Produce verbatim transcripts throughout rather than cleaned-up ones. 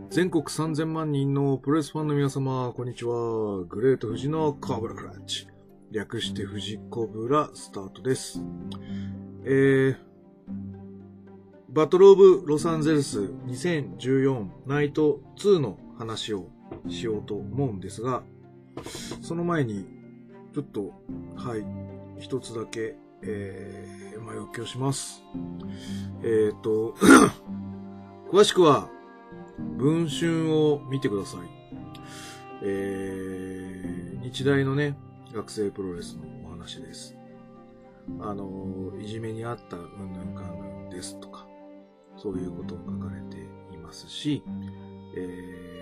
全国さんぜんまん人のプロレスファンの皆様、こんにちは。グレート富士のコブラクラッチ。略して富士コブラスタートです。えー、バトルオブロサンゼルスにせんじゅうよんナイトツーの話をしようと思うんですが、その前に、ちょっと、はい、一つだけ、えー、前置きをします。えーと、詳しくは、文春を見てください。えー、日大のね、学生プロレスのお話です。あの、いじめにあったうんぬんかんぬんですとか、そういうことを書かれていますし、え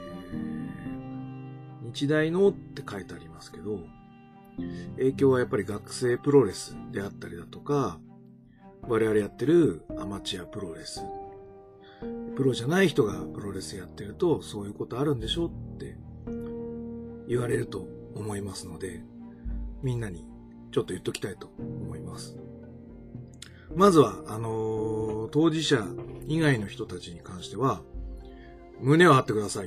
ー、日大のって書いてありますけど、影響はやっぱり学生プロレスであったりだとか、我々やってるアマチュアプロレス、プロじゃない人がプロレスやってるとそういうことあるんでしょって言われると思いますので、みんなにちょっと言っときたいと思います。まずは、あのー、当事者以外の人たちに関しては、胸を張ってください。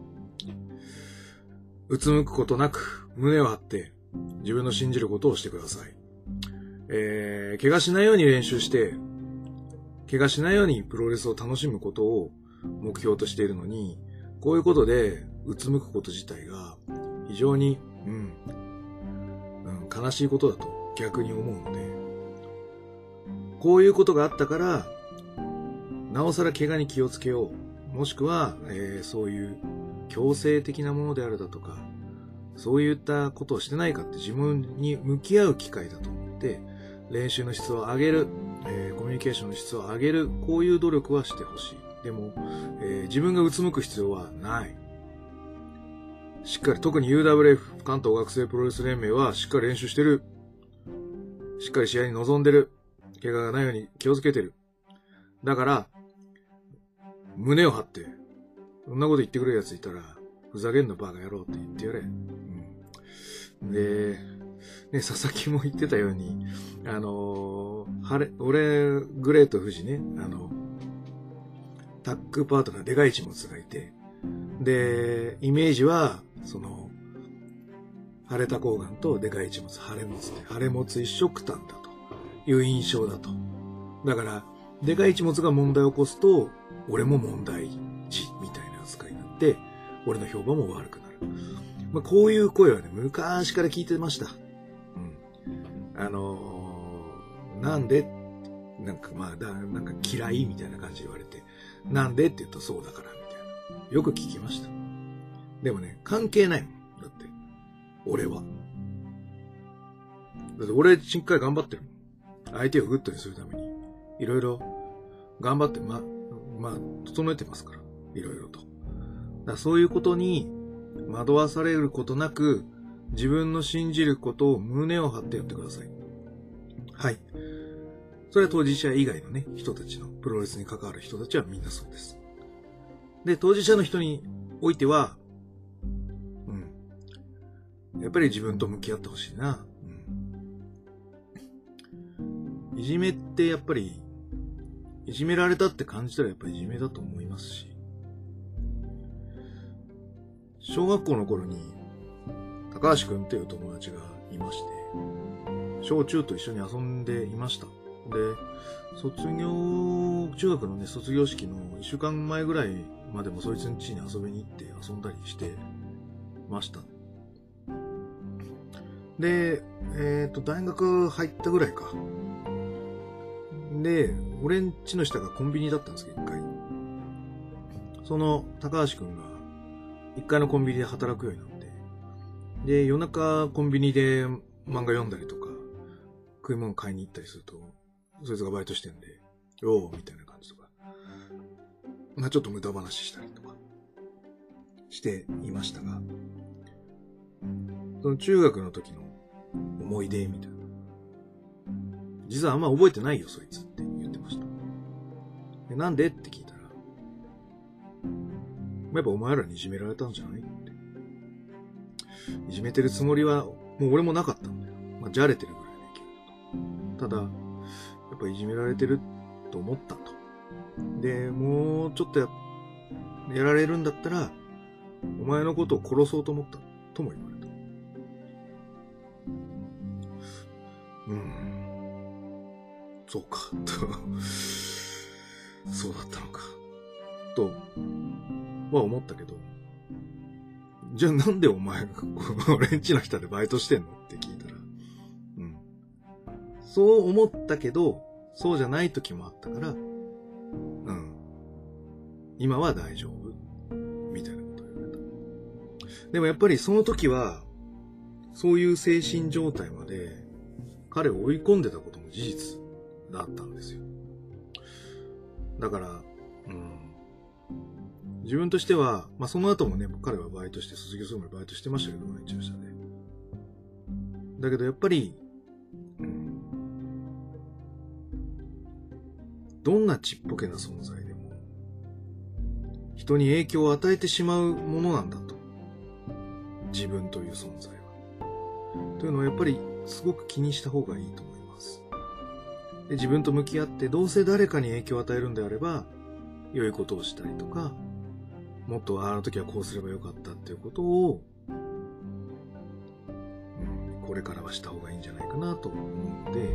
うつむくことなく、胸を張って自分の信じることをしてください。えー、怪我しないように練習して、怪我しないようにプロレスを楽しむことを目標としているのに、こういうことでうつむくこと自体が非常に、うん、うん、悲しいことだと逆に思うので、こういうことがあったから、なおさら怪我に気をつけよう。もしくは、えー、そういう強制的なものであるだとか、そういったことをしてないかって自分に向き合う機会だと思って、練習の質を上げる、えー、コミュニケーションの質を上げる、こういう努力はしてほしい。でも、えー、自分がうつむく必要はない。しっかり、特に ユーダブリューエフ 関東学生プロレス連盟はしっかり練習してる。しっかり試合に臨んでる。怪我がないように気をつけてる。だから、胸を張って、そんなこと言ってくれるやついたら、ふざけんなバカ野郎って言ってやれ。うん、で、ね、佐々木も言ってたように、あのー、はれ、俺、グレート富士ね、あの、タッグパートナー、でかい一物がいて、で、イメージは、その、晴れた睾丸とでかい一物、晴れ持つって、晴れ持つ一緒くたんだという印象だと。だから、でかい一物が問題を起こすと、俺も問題児みたいな扱いになって、俺の評判も悪くなる。まあ、こういう声はね、昔から聞いてました。あのー、なんでなんかまあだ、なんか嫌いみたいな感じで言われて、なんでって言うとそうだからみたいな。よく聞きました。でもね、関係ないもん。だって、俺は。だって俺しっかり頑張ってるもん。相手をグッドにするために、いろいろ頑張って、ま、まあ、整えてますから。いろいろと。だからそういうことに惑わされることなく、自分の信じることを胸を張ってやってください。はい。それは当事者以外のね、人たちの、プロレスに関わる人たちはみんなそうです。で、当事者の人においては、うん。やっぱり自分と向き合ってほしいな。うん。いじめってやっぱり、いじめられたって感じたらやっぱりいじめだと思いますし、小学校の頃に、高橋くんっていう友達がいまして、小中と一緒に遊んでいました。で、卒業、中学のね、卒業式のいっしゅうかんまえぐらいまでもそいつん家に遊びに行って遊んだりしてました。で、えっと、大学入ったぐらいか。で、俺ん家の下がコンビニだったんですけど、一回。その高橋くんが一階のコンビニで働くようになって、で、夜中コンビニで漫画読んだりとか、食い物買いに行ったりすると、そいつがバイトしてんで、おーみたいな感じとか、まあちょっと無駄話したりとか、していましたが、その中学の時の思い出みたいな。実はあんま覚えてないよ、そいつって言ってました。で、なんでって聞いたら、やっぱお前らにいじめられたんじゃないって。いじめてるつもりは、もう俺もなかったんだよ。まあ、じゃれてるぐらいでいけると。ただ、やっぱいじめられてると思ったと。で、もうちょっとや、 やられるんだったら、お前のことを殺そうと思ったとも言われた。うん。そうか。そうだったのか。とは思ったけど、じゃあなんでお前が俺んちの下でバイトしてんのって聞いたら、うん。そう思ったけど、そうじゃない時もあったから、うん。今は大丈夫。みたいなことを言われた。でもやっぱりその時は、そういう精神状態まで彼を追い込んでたことも事実だったんですよ。だから、うん。自分としては、まあ、その後もね、彼はバイトして、卒業するまでバイトしてましたけど、俺んちの下で。だけどやっぱり、うん、どんなちっぽけな存在でも、人に影響を与えてしまうものなんだと。自分という存在は。というのはやっぱり、すごく気にした方がいいと思います。で、自分と向き合って、どうせ誰かに影響を与えるんであれば、良いことをしたりとか、もっとあの時はこうすればよかったっていうことを、うん、これからはした方がいいんじゃないかなと思うので、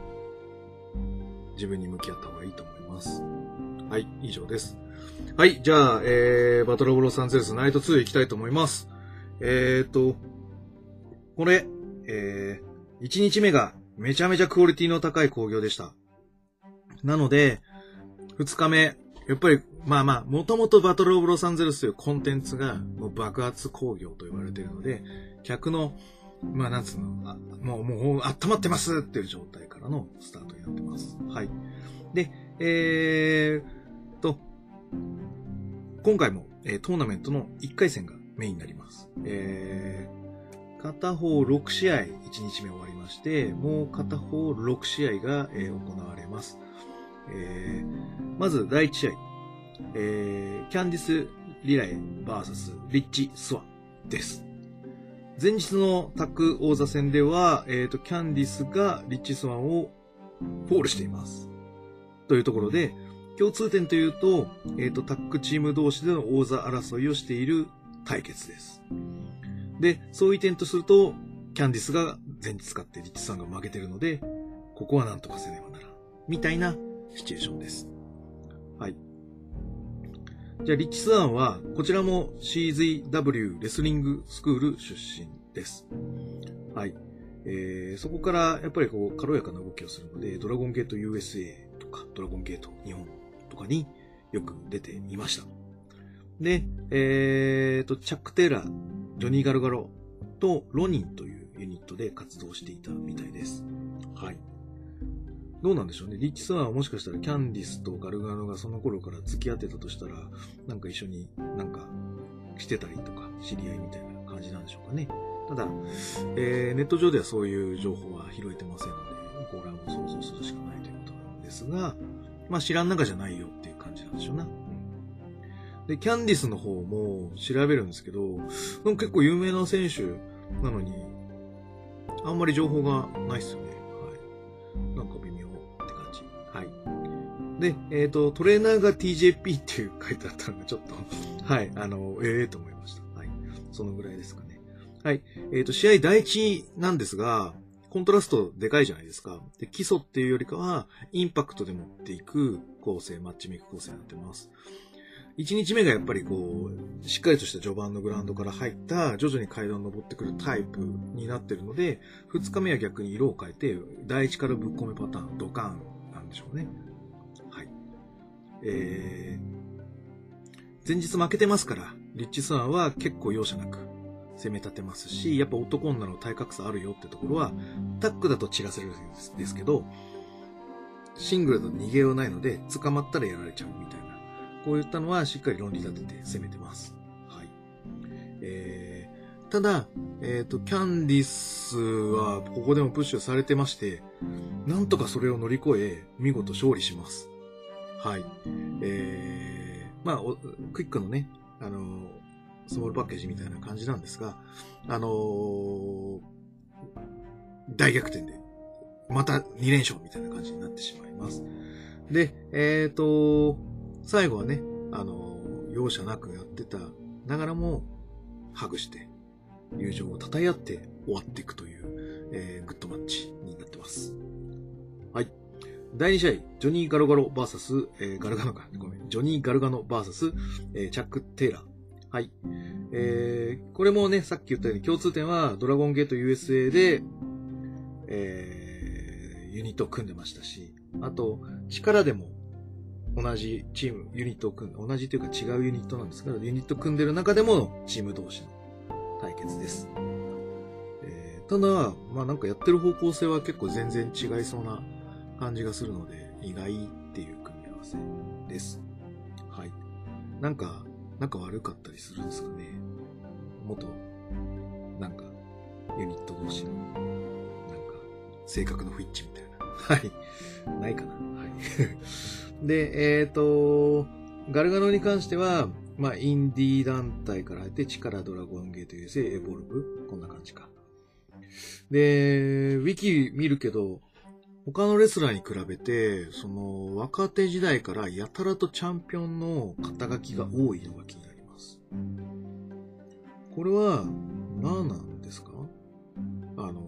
自分に向き合った方がいいと思います。はい、以上です。はい、じゃあ、えー、バトルオブロサンゼルスナイトツー行きたいと思います。えーと、これ、えー、いちにちめがめちゃめちゃクオリティの高い興行でした。なので、ふつかめ、やっぱり、まあまあ、もともとバトルオブロサンゼルスというコンテンツがもう爆発興行と言われているので、客の、まあなんつうの、あもう、もう、温まってますっていう状態からのスタートになってます。はい。で、えーと、今回も、えー、トーナメントのいっかい戦がメインになります。えー、片方ろくしあい、いちにちめ終わりまして、もう片方ろくしあいが、えー、行われます。えー、まずだいいち試合、えー、キャンディス・リラエ ブイエス リッチ・スワンです。前日のタッグ王座戦では、えーと、キャンディスがリッチ・スワンをフォールしています。というところで、共通点というと、えーと、タッグチーム同士での王座争いをしている対決です。で、そういう点とすると、キャンディスが前日勝ってリッチ・スワンが負けているので、ここはなんとかせねばならん。みたいなシチュエーションです。はい。じゃあ、リッチ・スワンは、こちらも シーゼットダブリュー レスリングスクール出身です。はい。えー、そこからやっぱりこう軽やかな動きをするので、ドラゴンゲート ユーエスエー とか、ドラゴンゲート日本とかによく出ていました。で、えーと、チャック・テイラー、ジョニー・ガルガロとロニンというユニットで活動していたみたいです。はい。どうなんでしょうね。リッチ・スワンはもしかしたらキャンディスとガルガノがその頃から付き合ってたとしたら、なんか一緒になんかしてたりとか、知り合いみたいな感じなんでしょうかね。ただ、えー、ネット上ではそういう情報は拾えてませんので、これはもう想像するしかないということなんですが、まあ知らん中じゃないよっていう感じなんでしょうな。うん、で、キャンディスの方も調べるんですけど、結構有名な選手なのに、あんまり情報がないっすよね。はい。なんか微妙って感じ。はい。で、えっと、トレーナーが ティージェーピー っていう書いてあったのがちょっと、はい、あの、ええー、と思いました。はい。そのぐらいですかね。はい。えっと、試合第一なんですが、コントラストでかいじゃないですか。で、基礎っていうよりかは、インパクトで持っていく構成、マッチメイク構成になってます。いちにちめがやっぱりこう、しっかりとした序盤のグラウンドから入った、徐々に階段を登ってくるタイプになってるので、ふつかめは逆に色を変えて、第一からぶっ込めパターン、ドカーンなんでしょうね。はい。えー、前日負けてますから、リッチスワンは結構容赦なく攻め立てますし、やっぱ男女の体格差あるよってところは、タックだと散らせるんですけど、シングルだと逃げようないので、捕まったらやられちゃうみたいな。こういったのはしっかり論理立てて攻めてます。はい。えー、ただ、えっと、キャンディスはここでもプッシュされてまして、なんとかそれを乗り越え、見事勝利します。はい。えー、まあ、クイックのね、あの、スモールパッケージみたいな感じなんですが、あのー、大逆転で、またに連勝みたいな感じになってしまいます。で、えっと、最後はね、あの、 容赦なくやってたながらも、ハグして、友情を称え合って終わっていくという、えー、グッドマッチになってます。はい。だいに試合、ジョニー・ガルガノ ブイエス、えー、ガルガノか、ごめん、ジョニー・ガルガノ ブイエス、えー、チャック・テイラー。はい。えー、これもね、さっき言ったように共通点は、ドラゴンゲート ユーエスエー で、えー、ユニットを組んでましたし、あと、力でも同じチーム、ユニットを組んで、同じというか違うユニットなんですけど、ユニット組んでる中でもチーム同士の対決です。えー、ただ、まあなんかやってる方向性は結構全然違いそうな感じがするので、意外っていう組み合わせです。はい。なんか、仲悪かったりするんですかね。元、なんか、ユニット同士の、なんか、性格の不一致みたいな。はい。ないかな。はい。で、えっと、ガルガノに関しては、まあ、インディー団体から入って力ドラゴンゲート ユーエスエー エボルブ。こんな感じか。で、ウィキ見るけど、他のレスラーに比べて、その、若手時代からやたらとチャンピオンの肩書きが多いのが気になります。これは、何なんですか？あの、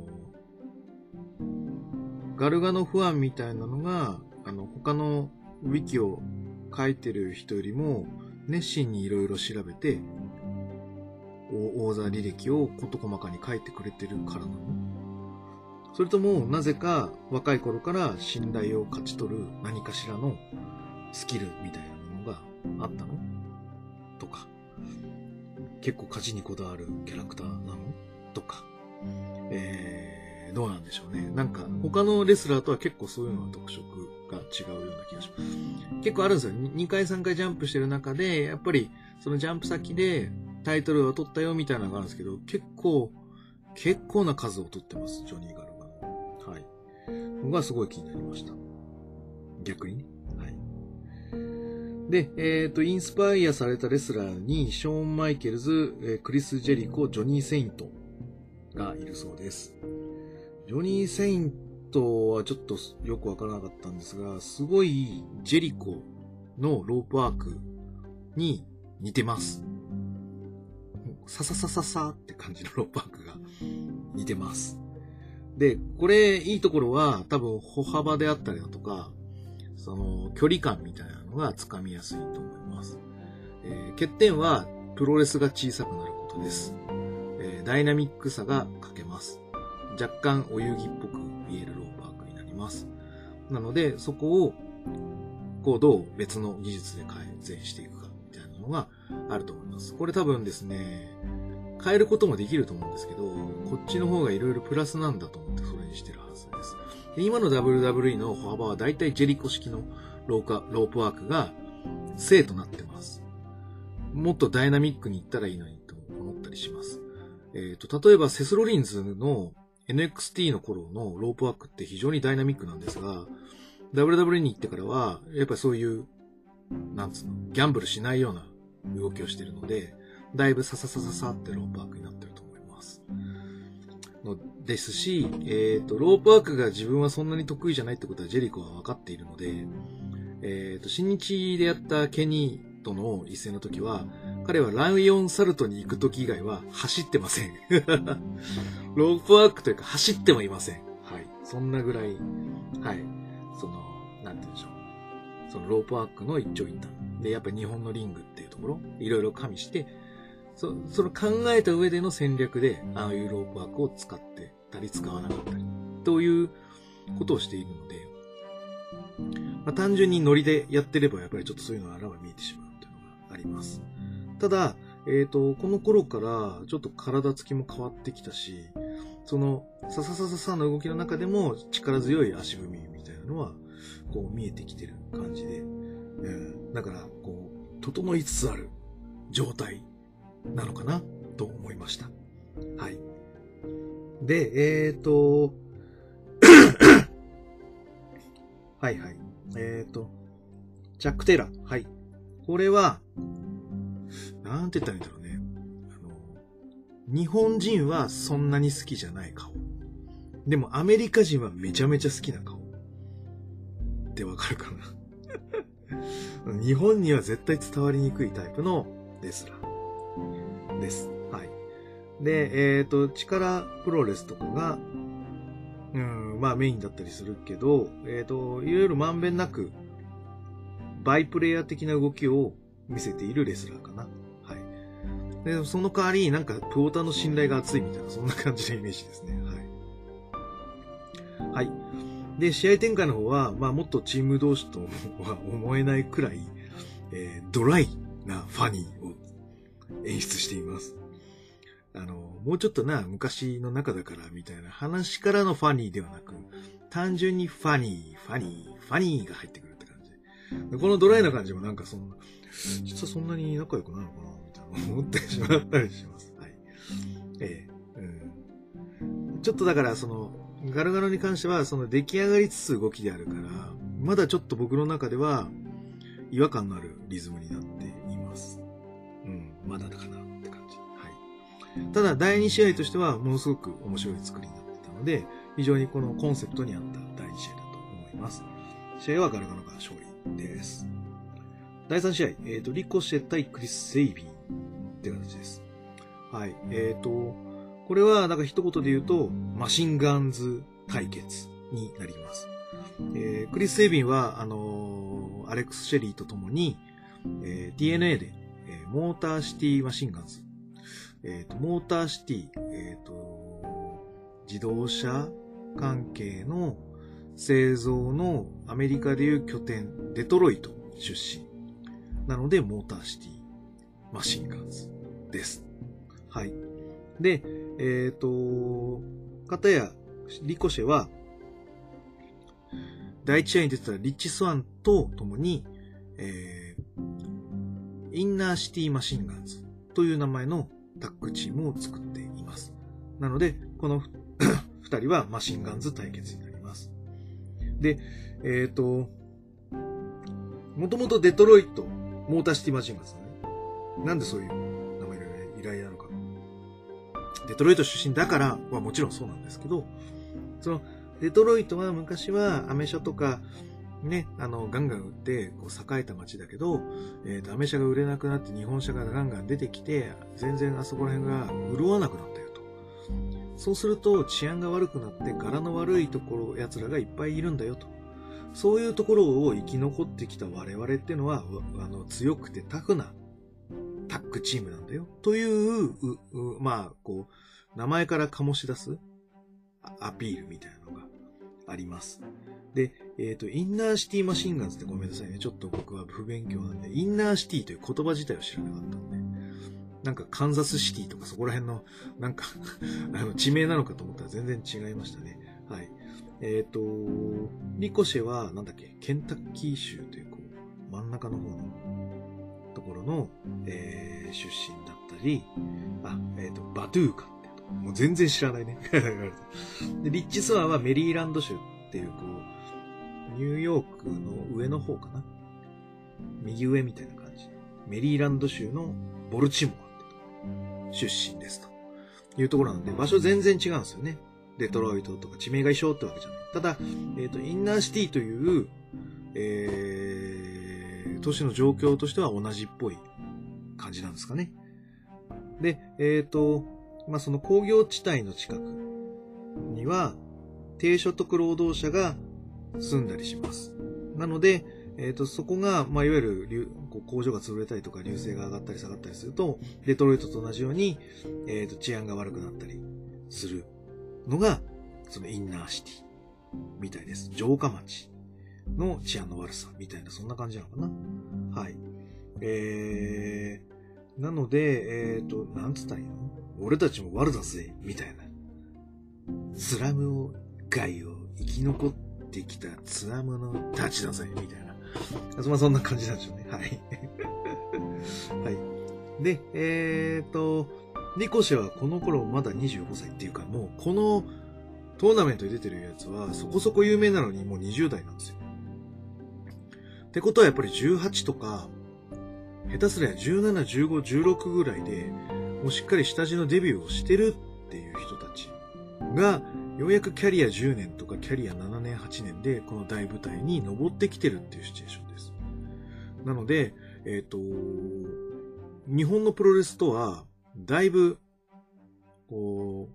ガルガノファンみたいなのが、あの、他のウィキを書いてる人よりも、熱心にいろいろ調べて、王座履歴を事細かに書いてくれてるからなの？それとも、なぜか若い頃から信頼を勝ち取る何かしらのスキルみたいなものがあったの？とか、結構勝ちにこだわるキャラクターなの？とか、えー、どうなんでしょうね。なんか、他のレスラーとは結構そういうのは特色が違うような気がします。結構あるんですよ。にかいさんかいジャンプしてる中で、やっぱりそのジャンプ先でタイトルを取ったよみたいなのがあるんですけど、結構、結構な数を取ってます、ジョニー・ガルガノ。はい。のがすごい気になりました。逆にね。はい。で、えっと、インスパイアされたレスラーに、ショーン・マイケルズ、クリス・ジェリコ、ジョニー・セイントがいるそうです。ジョニー・セイントはちょっとよくわからなかったんですが、すごいジェリコのロープワークに似てます。サササササって感じのロープワークが似てます。で、これいいところは多分歩幅であったりだとか、その距離感みたいなのがつかみやすいと思います。えー、欠点はプロレスが小さくなることです。えー、ダイナミックさが欠けます。若干お遊戯っぽく見えるロープワークになります。なのでそこをこうどう別の技術で改善していくかみたいなのがあると思います。これ多分ですね、変えることもできると思うんですけど、こっちの方がいろいろプラスなんだと思ってそれにしてるはずです。で今の ダブリューダブリューイー の歩幅はだいたいジェリコ式のローカロープワークが正となってます。もっとダイナミックにいったらいいのにと思ったりします。えっと、例えばセスロリンズの エヌエックスティー の頃のロープワークって非常にダイナミックなんですが、ダブリューダブリューイー に行ってからは、やっぱりそういう、なんつうの、ギャンブルしないような動きをしているので、だいぶサササササってロープワークになってると思います。のですし、えっと、ロープワークが自分はそんなに得意じゃないってことはジェリコは分かっているので、えっと、新日でやったケニーとの一戦の時は、彼はライオンサルトに行く時以外は走ってません。ロープワークというか走ってもいません。はい。そんなぐらい、はい。その、なんて言うんでしょう。そのロープワークの一長一短。で、やっぱり日本のリングっていうところ、いろいろ加味して、そその考えた上での戦略で、ああいうロープワークを使ってたり使わなかったり、ということをしているので、まあ、単純にノリでやってればやっぱりちょっとそういうのがあらば見えてしまうというのがあります。ただ、えっと、この頃からちょっと体つきも変わってきたし、その、さささささの動きの中でも力強い足踏みみたいなのは、こう見えてきてる感じで、うん、だから、こう、整いつつある状態なのかなと思いました。はい。で、えっと、はいはい。えっと、ジャック・テイラー。はい。これは、なんて言ったらいいんだろうね。あの、日本人はそんなに好きじゃない顔。でもアメリカ人はめちゃめちゃ好きな顔。ってわかるかな。 日本には絶対伝わりにくいタイプのレスラーです。はい。で、えっと、力プロレスとかが、うん、まあメインだったりするけど、えっと、いろいろまんべんなく、バイプレイヤー的な動きを見せているレスラーかな。はい。で、その代わり、なんか、プオーターの信頼が厚いみたいな、そんな感じのイメージですね。はい。はい。で、試合展開の方は、まあ、もっとチーム同士とは思えないくらい、えー、ドライなファニーを演出しています。あの、もうちょっとな、昔の中だから、みたいな話からのファニーではなく、単純にファニー、ファニー、ファニーが入ってくるって感じで。このドライな感じもなんかそんな、実はそんなに仲良くなるのかなみたいな思ってしまったりします。はい。ええうん。ちょっとだからその、ガルガロに関してはその出来上がりつつ動きであるから、まだちょっと僕の中では違和感のあるリズムになっています。うん、まだだかなって感じ。はい。ただだいに試合としてはものすごく面白い作りになっていたので、非常にこのコンセプトに合っただいに試合だと思います。試合はガルガロが勝利です。だいさん試合、えっ、ー、と、リコシェ対クリス・セイビンって形です。はい。えっ、ー、と、これは、なんか一言で言うと、マシンガンズ対決になります。えー、クリス・セイビンは、あのー、アレックス・シェリーと共に、えー、ディーエヌエー で、えー、モーターシティ・マシンガンズ。えっ、ー、と、モーターシティ、えっ、ー、と、自動車関係の製造のアメリカでいう拠点、デトロイト出身。なので、モーターシティ、マシンガンズです。はい。で、えっ、ー、と、片や、リコシェは、第一試合に出てたリッチ・スワンと共に、えー、インナーシティ・マシンガンズという名前のタッグチームを作っています。なので、この二人はマシンガンズ対決になります。で、えっ、ー、と、もともとデトロイト、モーターシティマシンガンズね。なんでそういう名前が依頼なのか。デトロイト出身だからはもちろんそうなんですけど、そのデトロイトは昔はアメ車とかね、あのガンガン売ってこう栄えた街だけど、えっとアメ車が売れなくなって日本車がガンガン出てきて、全然あそこら辺が潤わなくなったよと。そうすると治安が悪くなって柄の悪いところ奴らがいっぱいいるんだよと。そういうところを生き残ってきた我々っていうのは、あの、強くてタフなタッグチームなんだよ。という、ううまあ、こう、名前から醸し出すアピールみたいなのがあります。で、えっと、インナーシティマシンガンズってごめんなさいね。ちょっと僕は不勉強なんで、インナーシティという言葉自体を知らなかったんで、なんかカンザスシティとかそこら辺の、なんかあの、地名なのかと思ったら全然違いましたね。はい。えっと、リコシェは、なんだっけ、ケンタッキー州という、こう、真ん中の方のところの、えー、出身だったり、あ、えっと、バドゥーカってとこ、もう全然知らないね。で、リッチスワンはメリーランド州っていう、こう、ニューヨークの上の方かな。右上みたいな感じ。メリーランド州のボルチモアってとこ出身ですというところなんで、場所全然違うんですよね。デトロイトとか地名が一緒ってわけじゃない。ただ、えっと、インナーシティという、えー、都市の状況としては同じっぽい感じなんですかね。で、えっと、まあ、その工業地帯の近くには、低所得労働者が住んだりします。なので、えっと、そこが、まあ、いわゆる、工場が潰れたりとか、流星が上がったり下がったりすると、デトロイトと同じように、えっと、治安が悪くなったりするのが、そのインナーシティみたいです。城下町の治安の悪さみたいな、そんな感じなのかな。はい。えー、なので、えっと、なんつったらいいの？俺たちも悪だぜ、みたいな。スラムを、街を生き残ってきたツアムのたちだぜ、みたいな。まあ、そんな感じなんでしょうね。はい。はい。で、えっと、ニコシェはこの頃まだにじゅうごさいっていうか、もうこのトーナメントに出てるやつはそこそこ有名なのにもうにじゅう代なんですよ。ってことはやっぱりじゅうはちとか、下手すりゃじゅうなな、じゅうご、じゅうろくぐらいで、もうしっかり下地のデビューをしてるっていう人たちが、ようやくキャリアじゅうねんとかキャリアななねん、はちねんでこの大舞台に登ってきてるっていうシチュエーションです。 なので、えっと、日本のプロレスとは、だいぶ、こ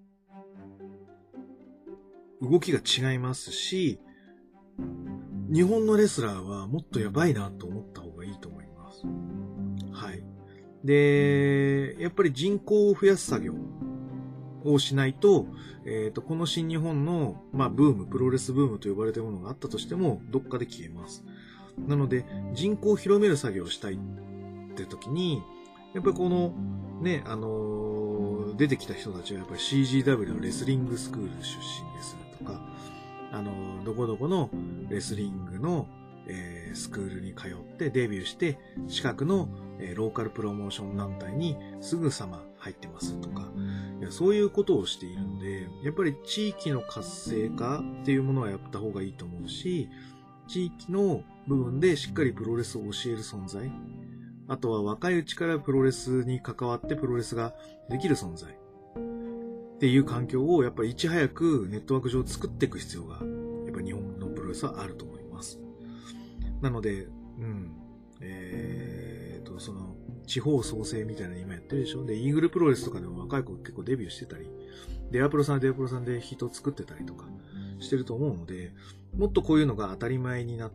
う、動きが違いますし、日本のレスラーはもっとやばいなと思った方がいいと思います。はい。で、やっぱり人口を増やす作業をしないと、えっと、この新日本の、まあ、ブーム、プロレスブームと呼ばれているものがあったとしても、どっかで消えます。なので、人口を広める作業をしたいって時に、やっぱりこの、ね、あのー、出てきた人たちはやっぱり シージーダブリュー のレスリングスクール出身ですとか、あのー、どこどこのレスリングの、えー、スクールに通ってデビューして、近くの、えー、ローカルプロモーション団体にすぐさま入ってますとか、いやそういうことをしているので、やっぱり地域の活性化っていうものはやった方がいいと思うし、地域の部分でしっかりプロレスを教える存在、あとは若いうちからプロレスに関わってプロレスができる存在っていう環境をやっぱりいち早くネットワーク上作っていく必要がやっぱり日本のプロレスはあると思います。なので、うん、えーと、その地方創生みたいなの今やってるでしょ。で、イーグルプロレスとかでも若い子結構デビューしてたり、デアプロさんデアプロさんで人作ってたりとかしてると思うので、もっとこういうのが当たり前になって、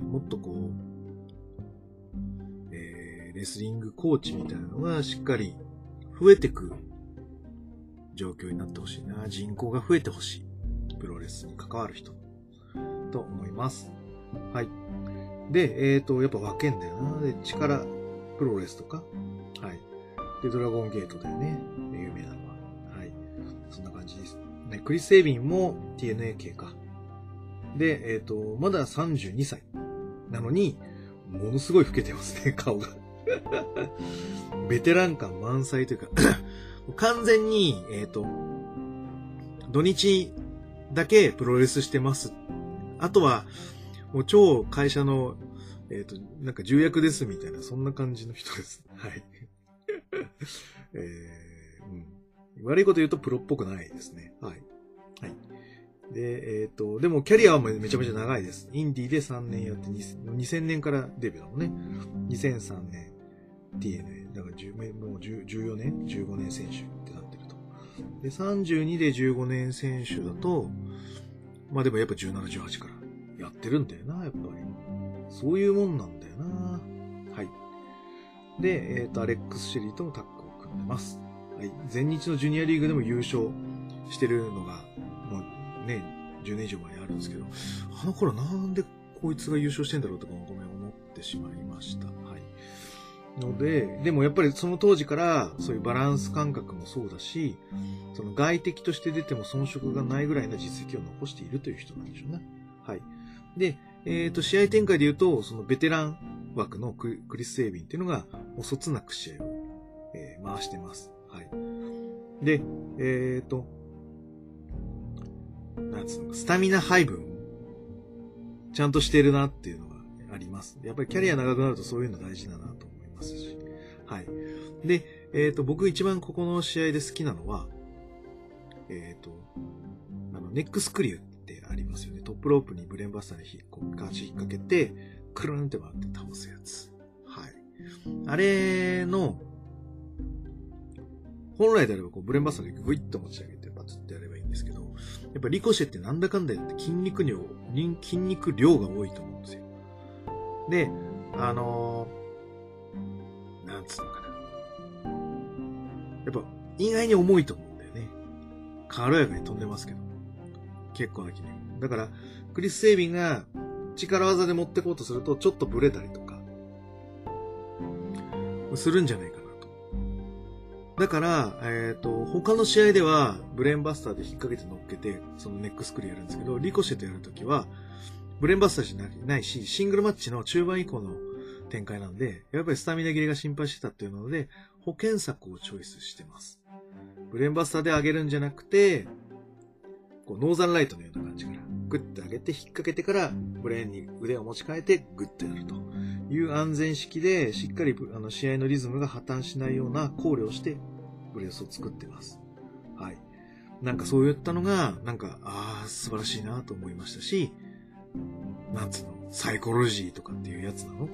もっとこう、えー、レスリングコーチみたいなのがしっかり増えてく状況になってほしいな。人口が増えてほしい。プロレスに関わる人と思います。はい。で、えっと、やっぱ分けんだよな。で、力プロレスとか。はい。で、ドラゴンゲートだよね。有名なのは。はい。そんな感じです。ね、クリス・エイビンも ティーエヌエー 系か。で、えっと、まださんじゅうにさい。なのに、ものすごい老けてますね、顔が。ベテラン感満載というか、完全に、えっと、土日だけプロレスしてます。あとは、もう超会社の、えっと、なんか重役ですみたいな、そんな感じの人です。はい。えーうん、悪いこと言うとプロっぽくないですね。はい。はい。で、えっと、でもキャリアはめちゃめちゃ長いです。インディーでさんねんやってにせんねんからデビューだもんね。にせんさんねん ティーエヌエー。だからじゅうもうじゅうよねん ?じゅうごねん選手ってなってると。で、さんじゅうにでじゅうごねん選手だと、まあでもやっぱじゅうなな、じゅうはちからやってるんだよな、やっぱり。そういうもんなんだよな。はい。で、えっと、アレックス・シェリーともタッグを組んでます。はい。全日のジュニアリーグでも優勝してるのが、もうね、じゅうねん以上前にあるんですけど、あの頃なんでこいつが優勝してんだろうとかごめん思ってしまいました。はい。ので、でもやっぱりその当時からそういうバランス感覚もそうだし、その外敵として出ても遜色がないぐらいな実績を残しているという人なんでしょうね。はい。で、えっと、試合展開で言うと、そのベテラン枠のクリス・エイビンっていうのが、もうそつなく試合を、えー、回してます。はい。で、えっと、なんつうのか、スタミナ配分、ちゃんとしてるなっていうのがあります。やっぱりキャリア長くなるとそういうの大事だなと思いますし。はい。で、えっと、僕一番ここの試合で好きなのは、えっと、あの、ネックスクリューってありますよね。トップロープにブレンバスターにこうガーチ引っ掛けて、クルンって回って倒すやつ。はい。あれの、本来であればこうブレンバスターでグイッと持ち上げてバツってやればいいんですけど、やっぱリコシェってなんだかんだ言って筋肉量、筋肉量が多いと思うんですよ。で、あのー、なんつうのかな。やっぱ意外に重いと思うんだよね。軽やかに飛んでますけど。結構な筋肉。だから、クリス・セイビンが力技で持ってこうとするとちょっとブレたりとか、するんじゃないかなと。だから、えっと、他の試合ではブレーンバスターで引っ掛けて乗っけて、そのネックスクリューやるんですけど、リコシェとやるときは、ブレーンバスターじゃないし、シングルマッチの中盤以降の展開なんで、やっぱりスタミナ切れが心配してたっていうので、保険策をチョイスしてます。ブレーンバスターで上げるんじゃなくて、こうノーザンライトのような感じから、グッて上げて引っ掛けてから、ブレーンに腕を持ち替えてグッとやるという安全式で、しっかりあの試合のリズムが破綻しないような考慮をして、ブレースを作ってます。はい。なんかそういったのが、なんか、ああ、素晴らしいなと思いましたし、なんつうの、サイコロジーとかっていうやつなのこれ。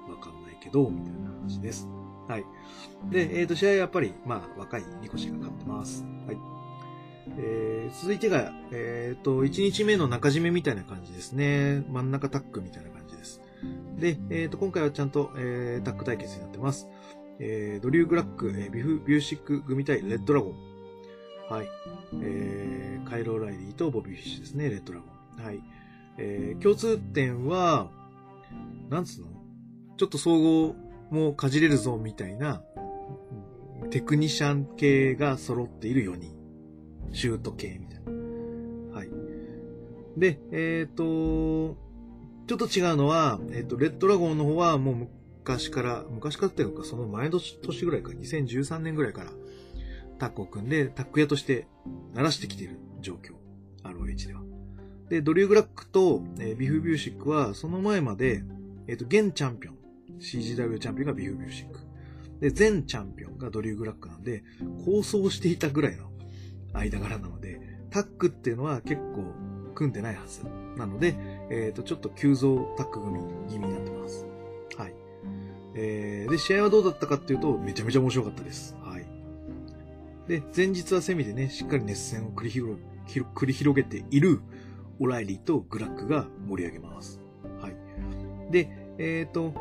わかんないけど、みたいな話です。はい。で、えっと、試合はやっぱり、まあ、若いリコシが勝ってます。はい。えー、続いてが、えっと、いちにちめの中締めみたいな感じですね。真ん中タッグみたいな感じです。で、えっと、今回はちゃんと、えー、タッグ対決になってます。えー、ドリュー・グラック、えー、ビフ・ビューシック組対レッドラゴン。はい。えー、カイロ・ライリーとボビー・フィッシュですね、レッドラゴン。はい。えー、共通点は、なんつうのちょっと総合もかじれるぞ、みたいな、テクニシャン系が揃っているよにん。シュート系みたいな。はい。で、えっと、ちょっと違うのは、えっと、レッドラゴンの方はもう昔から、昔からっていうか、その前の年ぐらいか、にせんじゅうさんねんぐらいからタッグを組んで、タッグ屋として鳴らしてきている状況。アールオーエイチ では。で、ドリュー・グラックと、えー、ビフ・ビューシックは、その前まで、えっと、現チャンピオン、シージーダブリュー チャンピオンがビフ・ビューシック。で、前チャンピオンがドリュー・グラックなんで、構想していたぐらいの間柄なので、タッグっていうのは結構組んでないはず。なので、えっと、ちょっと急増タッグ組気味になってます。はい。えー、で、試合はどうだったかっていうと、めちゃめちゃ面白かったです。はい。で、前日はセミでね、しっかり熱戦を繰り広げ、繰り広げているオライリーとグラックが盛り上げます。はい。で、えっと、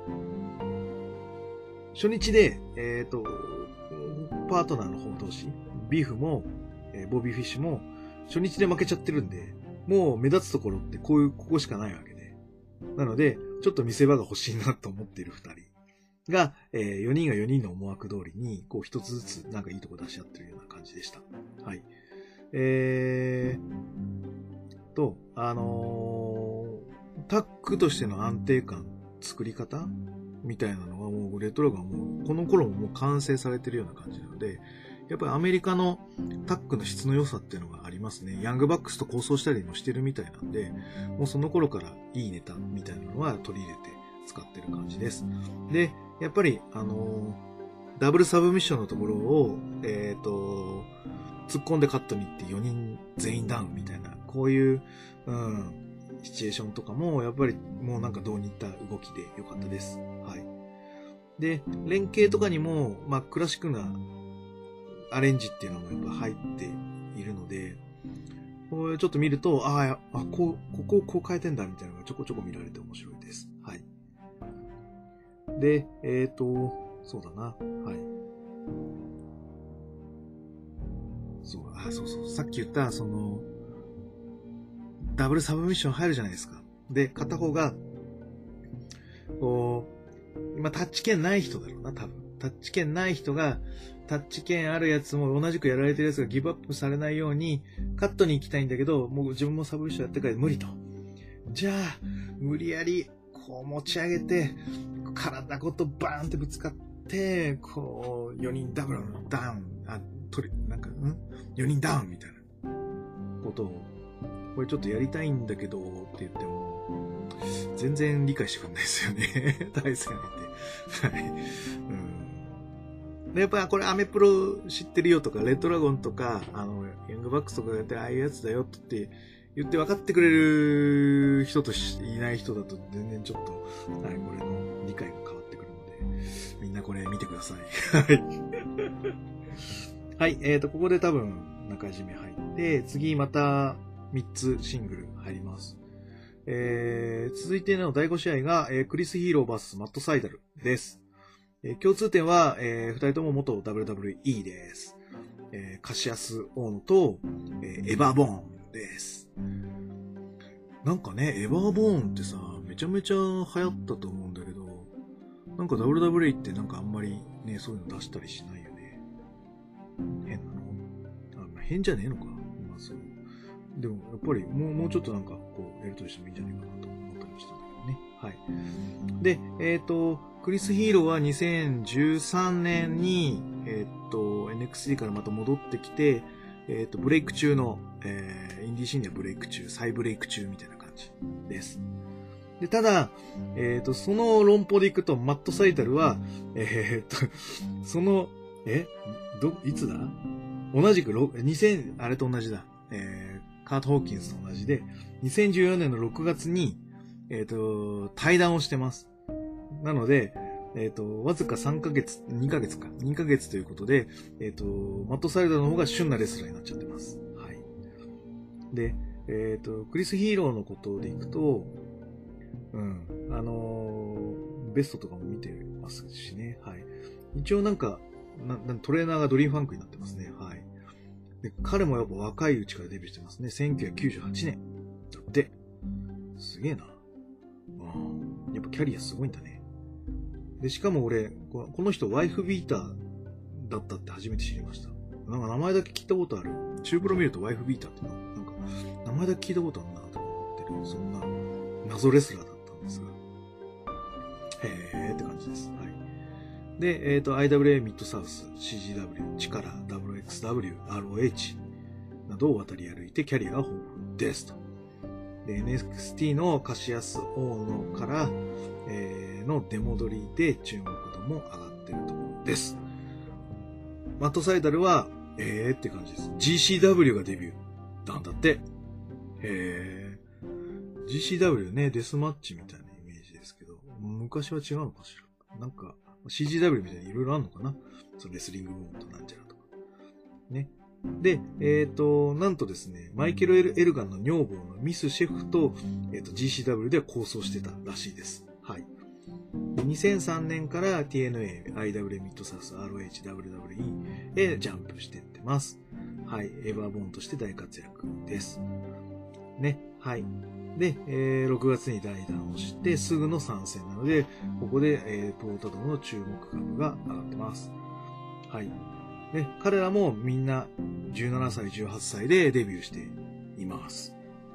初日で、えっと、パートナーの方同士、ビーフも、えー、ボビーフィッシュも、初日で負けちゃってるんで、もう目立つところってこういう、ここしかないわけで。なので、ちょっと見せ場が欲しいなと思っている二人が、えー、よにんがよにんの思惑通りに、こう一つずつなんかいいとこ出し合ってるような感じでした。はい。えー、と、あのー、タッグとしての安定感、作り方みたいなのがもうレトロがもうこの頃ももう完成されてるような感じなので、やっぱりアメリカのタッグの質の良さっていうのがありますね。ヤングバックスと構想したりもしてるみたいなんで、もうその頃からいいネタみたいなのは取り入れて使ってる感じです。で、やっぱりあのー、ダブルサブミッションのところを、えっと、突っ込んでカットに行ってよにん全員ダウンみたいな、こういう、うん、シチュエーションとかも、やっぱりもうなんかどうにいった動きで良かったです。はい。で、連携とかにも、まあ、クラシックなアレンジっていうのもやっぱ入っているので、これちょっと見ると、ああ、あ、こう、ここをこう変えてんだみたいなのがちょこちょこ見られて面白いです。はい。で、えっと、そうだな。はい。そう、あ、そうそう。さっき言った、その、ダブルサブミッション入るじゃないですか。で、片方が、こう、まあ、タッチ券ない人だろうな、多分。タッチ券ない人が、タッチ券あるやつも同じくやられてるやつがギブアップされないように、カットに行きたいんだけど、もう自分もサブミッションやってから無理と。じゃあ、無理やり、こう持ち上げて、体ごとバーンってぶつかって、こう、よにんダブルのダウン、あ、取り、なんか、ん ?よ 人ダウンみたいなことを、これちょっとやりたいんだけど、って言っても、全然理解してくれないですよね。対戦相手。はい。うん。で、やっぱこれアメプロ知ってるよとか、レッドラゴンとか、あの、ヤングバックスとかやってああいうやつだよって言って分かってくれる人といない人だと全然ちょっと、はい、これの理解が変わってくるので、みんなこれ見てください。はい。はい、えーと、ここで多分中締め入って、次またみっつシングル入ります。えー、続いてのだいご試合が、えー、クリス・ヒーロー ブイエス マット・サイダルです。えー、共通点は、えー、ふたりとも元 ダブリューダブリューイー です。えー、カシアス・オーノと、えー、エバー・ボーンです。なんかね、エバー・ボーンってさ、めちゃめちゃ流行ったと思うんだけど、なんか ダブリューダブリューイー ってなんかあんまりね、そういうの出したりしないよね。変なの？あ、まあ、変じゃねえのか。まあそう。でも、やっぱりもう、もうちょっとなんか、こう、やりとりしてもいいんじゃないかなと思ったりしたんだけどね。はい。で、えっと、クリス・ヒーローはにせんじゅうさんねんに、えっと、エヌエックスティー からまた戻ってきて、えっと、ブレイク中の、えー、インディーシーンではブレイク中、再ブレイク中みたいな感じです。で、ただ、えっと、その論法でいくと、マット・サイダルは、えっと、その、えど、いつだ同じく、にせん、あれと同じだ。えー、カート・ホーキンスと同じで、にせんじゅうよねんのろくがつに、えっと、対談をしてます。 なので、えっと、わずかさんかげつ、にかげつか、にかげつということで、えっと、マット・サイダーの方が旬なレスラーになっちゃってます。はい。で、えっと、クリス・ヒーローのことでいくと、うん、あのー、ベストとかも見てますしね、はい。一応なんか、なトレーナーがドリームファンクになってますね、はい。で彼もやっぱ若いうちからデビューしてますね。せんきゅうひゃくきゅうじゅうはちねん。だって。すげえな。うん。やっぱキャリアすごいんだね。で、しかも俺、この人ワイフビーターだったって初めて知りました。なんか名前だけ聞いたことある。中プロ見るとワイフビーターってなんか、名前だけ聞いたことあるなと思ってる。そんな謎レスラーだったんですが。へーって感じです。はい。で、えっと、アイダブリューエー ミッドサウス、シージーダブリュー、力、ダブリューエックスダブリュー、アールオーエイチ などを渡り歩いてキャリアが豊富ですと。で、エヌエックスティー のカシアス・オーノから、えー、の出戻りで注目度も上がっているところです。マット・サイダルは、えーって感じです。ジーシーダブリュー がデビューなんだって。へー。ジーシーダブリュー ね、デスマッチみたいなイメージですけど、昔は違うのかしら。なんか、シージーダブリュー みたいにいろいろあるのかな、そのレスリング部門となんちゃらとか。ね。で、えっと、なんとですね、マイケル・エル・エルガンの女房のミス・シェフと、えっと、ジーシーダブリュー で構想してたらしいです。はい。でにせんさんねんから ティーエヌエー、アイダブリュー ミッドサウス、アールオーエイチ、ダブリューダブリューイー へジャンプしていってます。はい。エヴァーボーンとして大活躍です。ね。はい。で、えー、ろくがつに代打をしてすぐの参戦なので、ここで、えー、ポータドの注目株が上がってます。はい。で、彼らもみんなじゅうななさい、じゅうはっさいでデビューしています。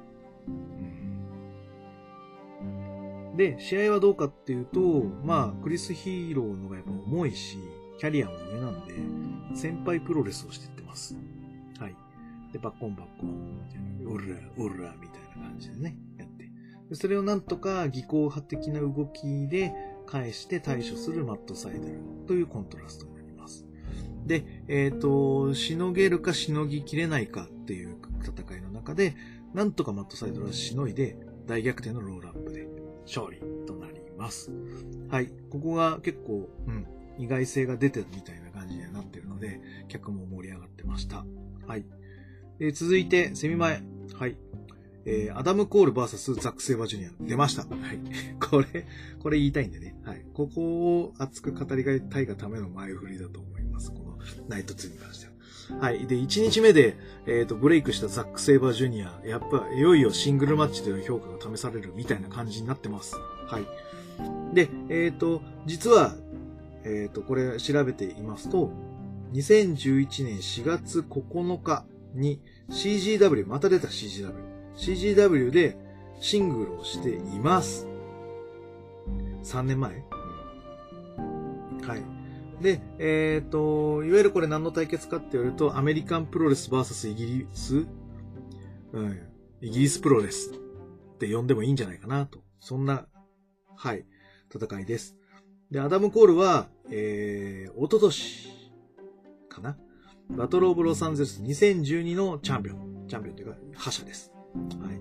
うん、で、試合はどうかっていうと、まあ、クリス・ヒーローのがやっぱ重いし、キャリアも上なんで、先輩プロレスをしていってます。はい。で、バッコンバッコン、みたいな、オルラ、オルラ、みたいな感じでね、やって。でそれをなんとか技巧派的な動きで返して対処するマット・サイダルというコントラストになります。で、えっと、しのげるかしのぎきれないかっていう戦いの中で、なんとかマット・サイダルはしのいで、大逆転のロールアップで勝利となります。はい。ここが結構、うん、意外性が出てるみたいな感じになっているので、客も盛り上がってました。はい。えー、続いて、セミ前。はい。えー、アダム・コール ブイエス ザック・セイバージュニア出ました。はい。これ、これ言いたいんでね。はい。ここを熱く語りたいがための前振りだと思います。このナイトツーに関しては。はい。で、いちにちめで、えっと、ブレイクしたザック・セイバージュニア、やっぱ、いよいよシングルマッチでの評価が試されるみたいな感じになってます。はい。で、えっと、実は、えっと、これ調べていますと、にせんじゅういちねんしがつここのかに シージーダブリュー、また出た シージーダブリュー。シージーダブリュー でシングルをしています。さんねんまえ、うん、はい。で、えっと、いわゆるこれ何の対決かって言われると、アメリカンプロレス ブイエス イギリス、うん、イギリスプロレスって呼んでもいいんじゃないかなと。そんな、はい、戦いです。で、アダム・コールは、えー、おととしかな。バトルオブロサンゼルスにせんじゅうにのチャンピオン。チャンピオンというか、覇者です。はい。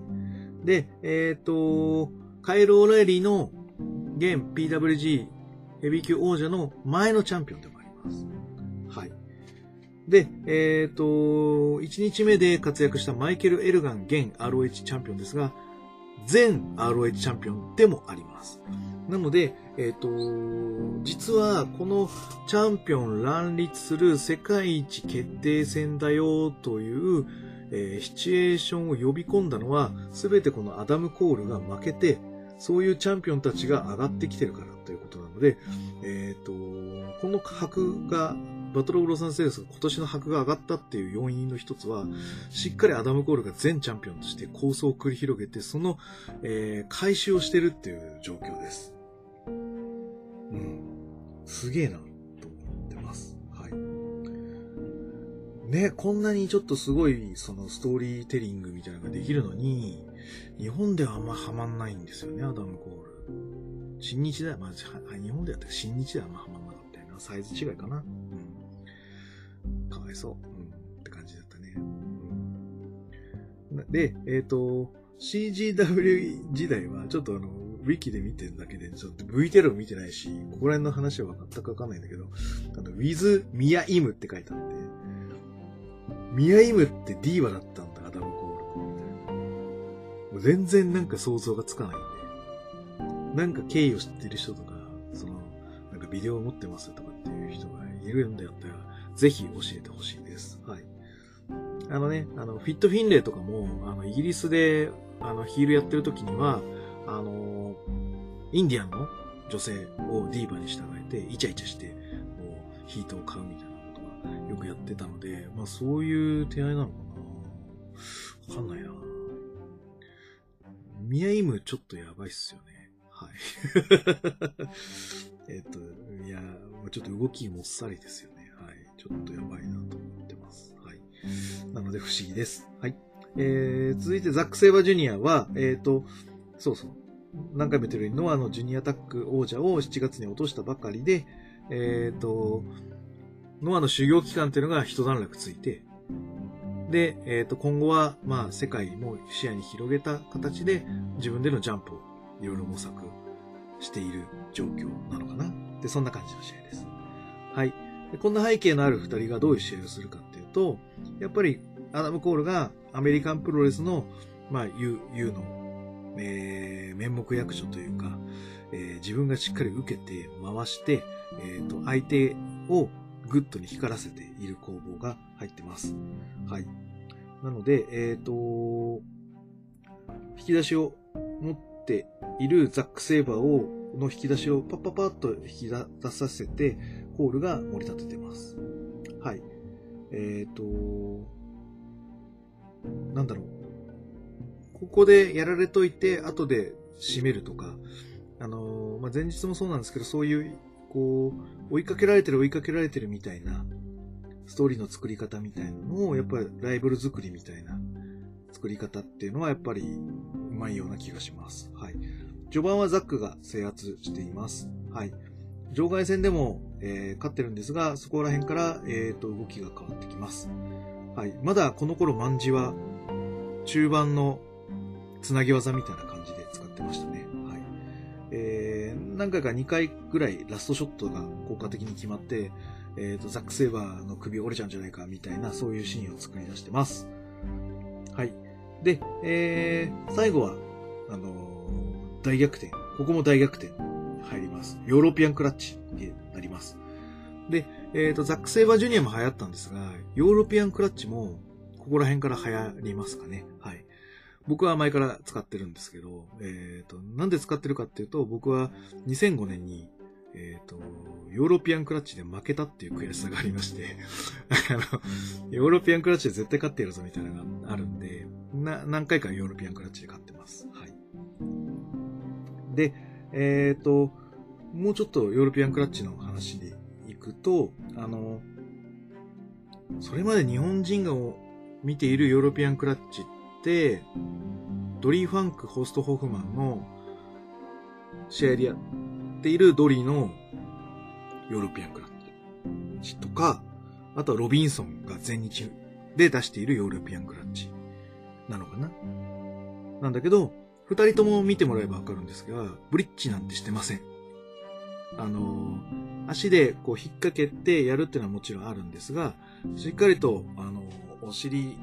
で、えっと、カイル・オレイリーの現 ピーダブリュージー ヘビー級王者の前のチャンピオンでもあります。はい。で、えっと、いちにちめで活躍したマイケル・エルガン現 アールオーエイチ チャンピオンですが、前 アールオーエイチ チャンピオンでもあります。なので、えっと、実はこのチャンピオン乱立する世界一決定戦だよという、えー、シチュエーションを呼び込んだのは、すべてこのアダム・コールが負けて、そういうチャンピオンたちが上がってきてるからということなので、えっと、この箔が、バトルオブロサンゼルス今年の箔が上がったっていう要因の一つは、しっかりアダム・コールが全チャンピオンとして構想を繰り広げて、その、えー、回収をしてるっていう状況です。うん。すげえな、と思ってます。はい。ね、こんなにちょっとすごい、そのストーリーテリングみたいなのができるのに、日本ではあんまハマんないんですよね、アダム・コール。新日では、まあ、日本でやったら新日ではあんまハマんなかったよな。サイズ違いかな。うん。かわいそう。うん。って感じだったね。うん、で、えっと、シージーダブリュー 時代は、ちょっとあの、 ウィキで見てるだけで、ちょっと ブイティーアール を見てないし、ここら辺の話は全くわかんないんだけど、あの、with ミヤイムって書いてあって、ミヤイムってディーバだったんだ、アダム・コールみたいな。もう全然なんか想像がつかないんで、なんか経緯を知ってる人とか、その、なんかビデオを持ってますとかっていう人がいるんだったら、ぜひ教えてほしいです。はい。あのね、あの、フィット・フィンレイとかも、あの、イギリスで、あの、ヒールやってる時には、あの、インディアンの女性をディーバに従えて、イチャイチャして、もう、ヒートを買うみたいなことはよくやってたので、まあ、そういう手合いなのかな。わかんないな。ミヤイムちょっとやばいっすよね。はい。えっと、いや、ちょっと動きもっさりですよね。はい。ちょっとやばいなと思ってます。はい。なので不思議です。はい。えー、続いてザック・セイバージュニアは、えっと、そうそう。何回も言ってるように、ノアのジュニアタック王者をしちがつに落としたばかりで、えっと、ノアの修行期間っていうのが一段落ついて、で、えっと、今後は、まあ、世界も視野に広げた形で、自分でのジャンプをいろいろ模索している状況なのかな。で、そんな感じの試合です。はい。でこんな背景のある二人がどういう試合をするかっていうと、やっぱり、アダム・コールがアメリカンプロレスの、まあ、U、U の、えー、面目役所というか、えー、自分がしっかり受けて回して、えっと、相手をグッドに光らせている攻防が入ってます。はい。なので、えっと、引き出しを持っているザック・セイバーを、の引き出しをパッパッパッと引き出させて、コールが盛り立ててます。はい。えっと、なんだろう。ここでやられといて、後で締めるとか、あのー、まあ、前日もそうなんですけど、そういう、こう、追いかけられてる追いかけられてるみたいな、ストーリーの作り方みたいなのを、やっぱりライバル作りみたいな作り方っていうのは、やっぱりうまいような気がします。はい。序盤はザックが制圧しています。はい。場外戦でも、えー、勝ってるんですが、そこら辺から、えっと、動きが変わってきます。はい。まだこの頃、万事は、中盤のつなぎ技みたいな感じで使ってましたね。はい。えー、何回かにかいぐらいラストショットが効果的に決まって、えっと、ザック・セイバーの首折れちゃうんじゃないかみたいな、そういうシーンを作り出してます。はい。で、えー、最後は、あのー、大逆転。ここも大逆転入ります。ヨーロピアンクラッチになります。で、えっと、ザック・セイバージュニアも流行ったんですが、ヨーロピアンクラッチも、ここら辺から流行りますかね。はい。僕は前から使ってるんですけど、えっと、なんで使ってるかっていうと、僕はにせんごねんに、えっと、ヨーロピアンクラッチで負けたっていう悔しさがありまして、あの、ヨーロピアンクラッチで絶対勝ってやるぞみたいなのがあるんで、な、何回かヨーロピアンクラッチで勝ってます。はい。で、えっと、もうちょっとヨーロピアンクラッチの話でいくと、あの、それまで日本人が見ているヨーロピアンクラッチって、ドリー・ファンク・ホスト・ホフマンの試合でやっているドリーのヨーロピアンクラッチとか、あとはロビンソンが全日で出しているヨーロピアンクラッチなのかな。なんだけど、二人とも見てもらえばわかるんですが、ブリッジなんてしてません。あの、足でこう引っ掛けてやるっていうのはもちろんあるんですが、しっかりと、あの、お尻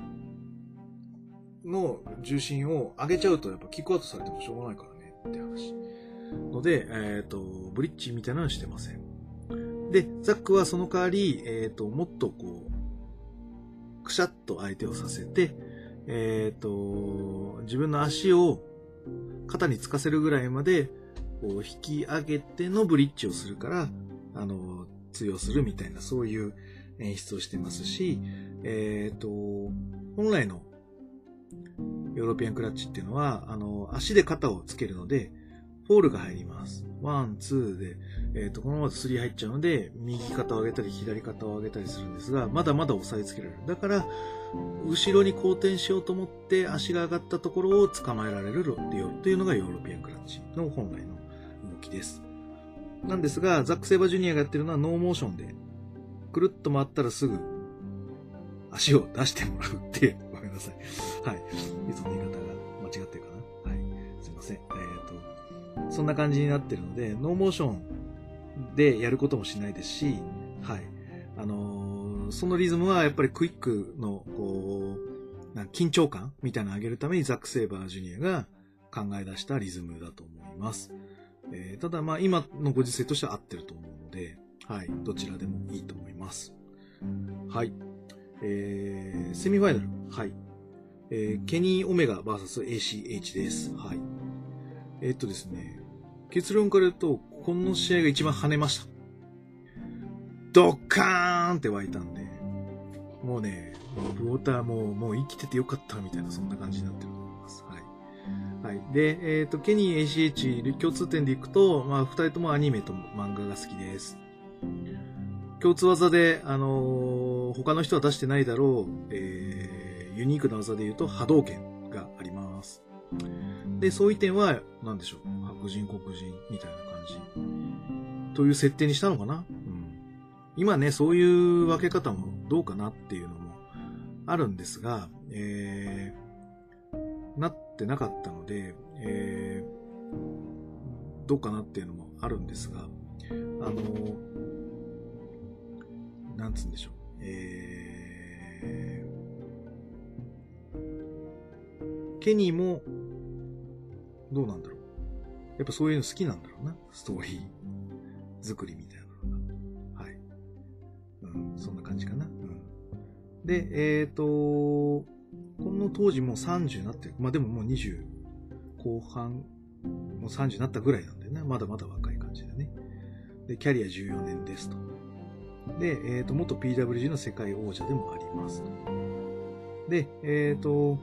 の重心を上げちゃうとやっぱキックアウトされてもしょうがないからねって話。ので、えっと、ブリッジみたいなのはしてません。で、ザックはその代わり、えっと、もっとこう、くしゃっと相手をさせて、えっと、自分の足を肩につかせるぐらいまで、こう、引き上げてのブリッジをするから、あの、通用するみたいな、そういう演出をしてますし、えっと、本来のヨーロピアンクラッチっていうのは、あの、足で肩をつけるので、フォールが入ります。ワン、ツーで、えっと、このままスリー入っちゃうので、右肩を上げたり、左肩を上げたりするんですが、まだまだ押さえつけられる。だから、後ろに後転しようと思って足が上がったところを捕まえられるというのがヨーロピアンクラッチの本来の動きです。なんですが、ザック・セイバージュニアがやってるのはノーモーションで、くるっと回ったらすぐ足を出してもらうっていう、ごめんなさい。はい。いつも言い方が間違ってるかな。はい。すいません。えっと、 そんな感じになってるので、ノーモーションでやることもしないですし、はい。あのー、そのリズムはやっぱりクイックの、こう、なん緊張感みたいなのを上げるためにザック・セイバージュニアが考え出したリズムだと思います。えー、ただまあ今のご時世としては合ってると思うので、はい。どちらでもいいと思います。はい。えー、セミファイナル。はい。えー、ケニー・オメガ ブイエスエーシーエイチ です。はい。えー、っとですね、結論から言うと、この試合が一番跳ねました。ドッカーンって湧いたんで、もうね、ブウォーターももう生きててよかったみたいな、そんな感じになってると思います。はい。はい。で、えー、っと、ケニー エーシーエイチ 共通点でいくと、まあ、二人ともアニメと漫画が好きです。共通技で、あのー、他の人は出してないだろう、えー、ユニークな技で言うと波動拳があります。で、相違点は、なんでしょう。白人、黒人みたいな感じ。という設定にしたのかな、うん、今ね、そういう分け方もどうかなっていうのもあるんですが、えー、なってなかったので、えー、どうかなっていうのもあるんですが、あのー、なんつうんでしょう。えー、ケニーも、どうなんだろう。やっぱそういうの好きなんだろうな。ストーリー作りみたいなのが。はい。うん、そんな感じかな。うん、で、えっと、この当時もうさんじゅうになってる。まあでももうにじゅう後半、もうさんじゅうになったぐらいなんでね。まだまだ若い感じでね。で、キャリアじゅうよねんですと。で、えっと、元 ピーダブリュージー の世界王者でもありますと。で、えっと、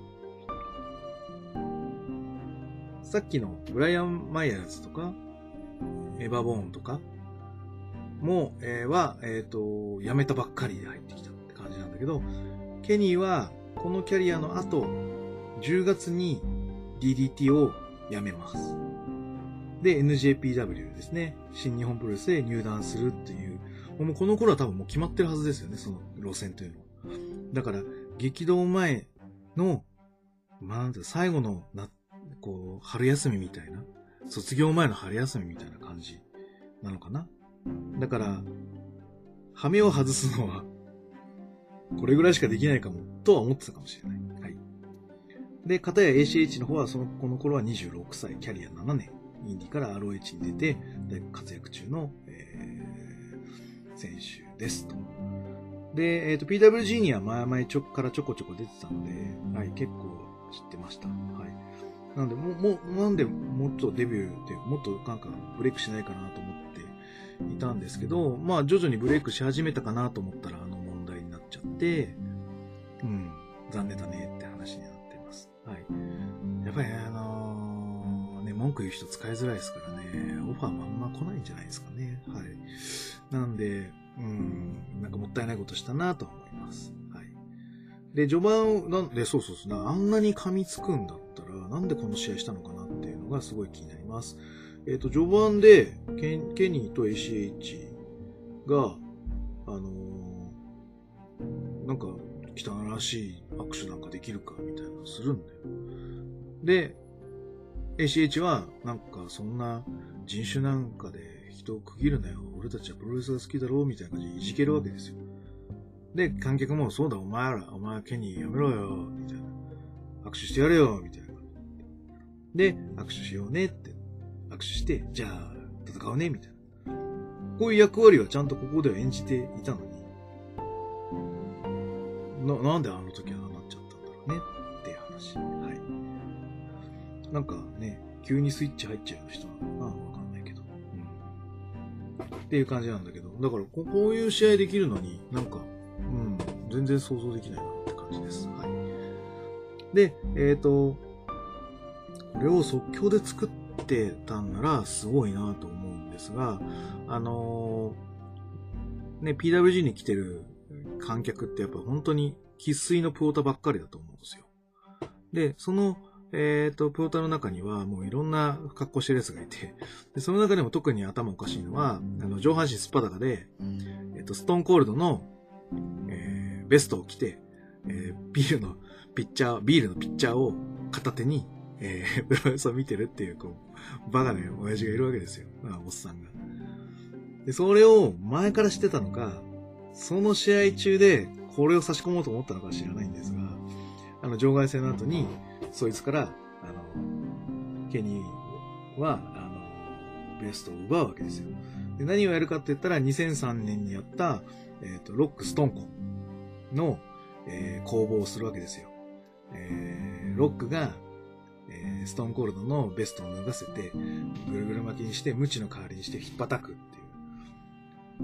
さっきのブライアン・マイヤーズとか、エヴァ・ボーンとかも、えー、は、えっと、辞めたばっかりで入ってきたって感じなんだけど、ケニーはこのキャリアの後、じゅうがつに ディーディーティー を辞めます。で、エヌジェーピーダブリュー ですね。新日本プロレスへ入団するっていう、もうこの頃は多分もう決まってるはずですよね、その路線というのは。だから、激動前の、まあ、なんて最後のな、こう、春休みみたいな、卒業前の春休みみたいな感じなのかな。だから、羽目を外すのは、これぐらいしかできないかも、とは思ってたかもしれない。はい。で、片や エーシーエイチ の方は、その、この頃はにじゅうろくさい、キャリアななねん、インディから アールオーエイチ に出て、で活躍中の、えー、選手ですと。で、えっと、ピーダブリュージー には前々ちょからちょこちょこ出てたので、はい、結構知ってました。はい。なんで、もう、もう、なんでもっとデビューで、もっとなんかブレイクしないかなと思っていたんですけど、まあ徐々にブレイクし始めたかなと思ったらあの問題になっちゃって、うん、残念だねって話になってます。はい。やっぱりね、あのー、ね、文句言う人使いづらいですからね、オファーもあんま来ないんじゃないですかね。はい。なんで、うん、なんかもったいないことしたなと思います。はい。で、序盤、なんで、そうそうそう、あんなに噛みつくんだったら、なんでこの試合したのかなっていうのがすごい気になります。えっ、ー、と、序盤でケ、ケニーと エーシーエイチ が、あのー、なんか、汚らしい握手なんかできるかみたいなのをするんだよ。で、エーシーエイチ は、なんか、そんな人種なんかで人を区切るなよ。俺たちはプロレスが好きだろうみたいな感じでいじけるわけですよ。で、観客も、そうだ、お前ら、お前ケニーやめろよ、みたいな。握手してやれよ、みたいな。で、握手しようねって。握手して、じゃあ、戦うね、みたいな。こういう役割はちゃんとここでは演じていたのに、な、なんであの時はなっちゃったんだろうね、っていう話。はい。なんかね、急にスイッチ入っちゃう人なのかな、わかんないけど。うん。っていう感じなんだけど、だからこ、こういう試合できるのに、なんか、うん、全然想像できないなって感じです。はい。で、えっと、これを即興で作ってたんならすごいなと思うんですが、あのー、ね、ピーダブリュージー に来てる観客ってやっぱ本当に生粋のプオタばっかりだと思うんですよ。で、その、えっと、プオタの中にはもういろんな格好してるやつがいて、でその中でも特に頭おかしいのは、あの上半身スパダカで、えっと、ストーンコールドの、えー、ベストを着て、えー、ビールのピッチャー、ビールのピッチャーを片手に、えー、プロレスを見てるっていう、こバカな親父がいるわけですよ。おっさんが。で、それを前から知ってたのか、その試合中でこれを差し込もうと思ったのか知らないんですが、あの、場外戦の後に、そいつから、あの、ケニーは、あの、ベストを奪うわけですよ。で、何をやるかって言ったら、にせんさんねんにやった、えっと、ロックストンコの、えー、攻防をするわけですよ。えー、ロックが、えー、ストーンコールドのベストを脱がせて、ぐるぐる巻きにして、ムチの代わりにして引っ叩くっていう。うん、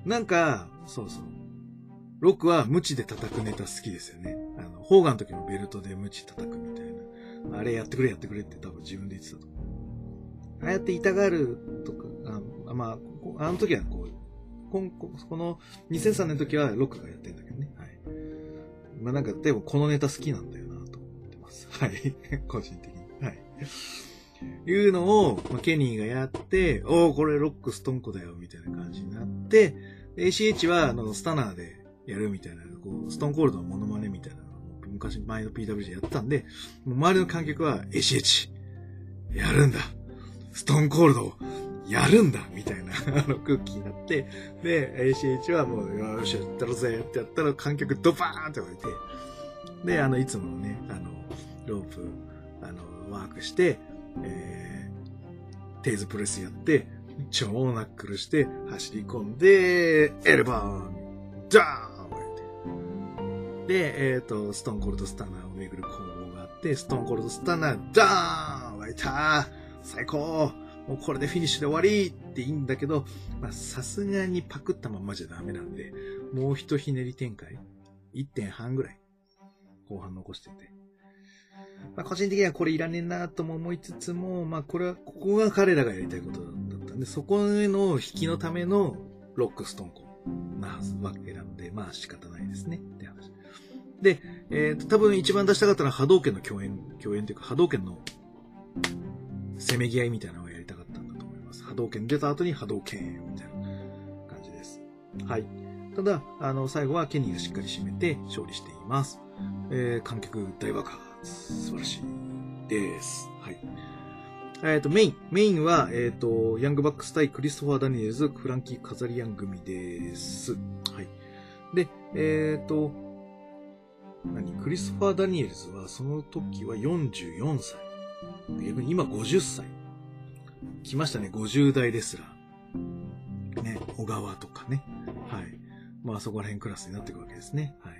なんか、そうそう。ロックはムチで叩くネタ好きですよね。あの、ホーガンの時のベルトでムチ叩くみたいな。あれやってくれやってくれって多分自分で言ってたと思う。ああやって痛がるとか、あまあ、あの時はこう、このにせんさんねんの時はロックがやってんだけどね。はい。まあなんか、でもこのネタ好きなんだよなと思ってます。はい。個人的に。はい。いうのを、まあ、ケニーがやって、おー、これロックストンコだよ、みたいな感じになって、エーシーエイチ は、あの、スタナーでやるみたいな、こう、ストーンコールドのモノマネみたいなのを昔前の ピーダブリュー でやったんで、もう周りの観客は エーシーエイチ やるんだ。ストーンコールドをやるんだみたいなあの空気になって、で、エーシーエイチ はもう、よし、やったるぜってやったら観客ドバーンって置いて、で、あの、いつものね、あの、ロープ、あの、ワークして、えー、テイズプレスやって、超ナックルして、走り込んで、エルボーンダーンで、えっと、ストーンコールドスタナーを巡る攻防があって、ストーンコールドスタナーダーン湧いたー最高もうこれでフィニッシュで終わりっていいんだけど、まあさすがにパクったままじゃダメなんで、もう一ひねり展開 いってんはん ぐらい後半残してて。まあ個人的にはこれいらねえなとも思いつつも、まあこれは、ここが彼らがやりたいことだったんで、そこへの引きのためのロックストンコなわけなので、まあ仕方ないですねって話。で、えっと、多分一番出したかったのは波動拳の共演、共演というか波動拳のせめぎ合いみたいなのをやりたかったんだと思います。波動拳出た後に波動拳みたいな感じです。はい。ただ、あの、最後はケニーがしっかり締めて勝利しています。えー、観客大爆発。素晴らしいです。はい。えっと、メイン。メインは、えっと、ヤングバックス対クリストファー・ダニエルズ、フランキー・カザリアン組です。はい。で、えっと、何クリストファー・ダニエルズは、その時はよんじゅうよんさい。逆に今ごじゅっさい。来ましたね、ごじゅう代レスラー。ね、小川とかね。はい。まあそこら辺クラスになっていくわけですね。はい。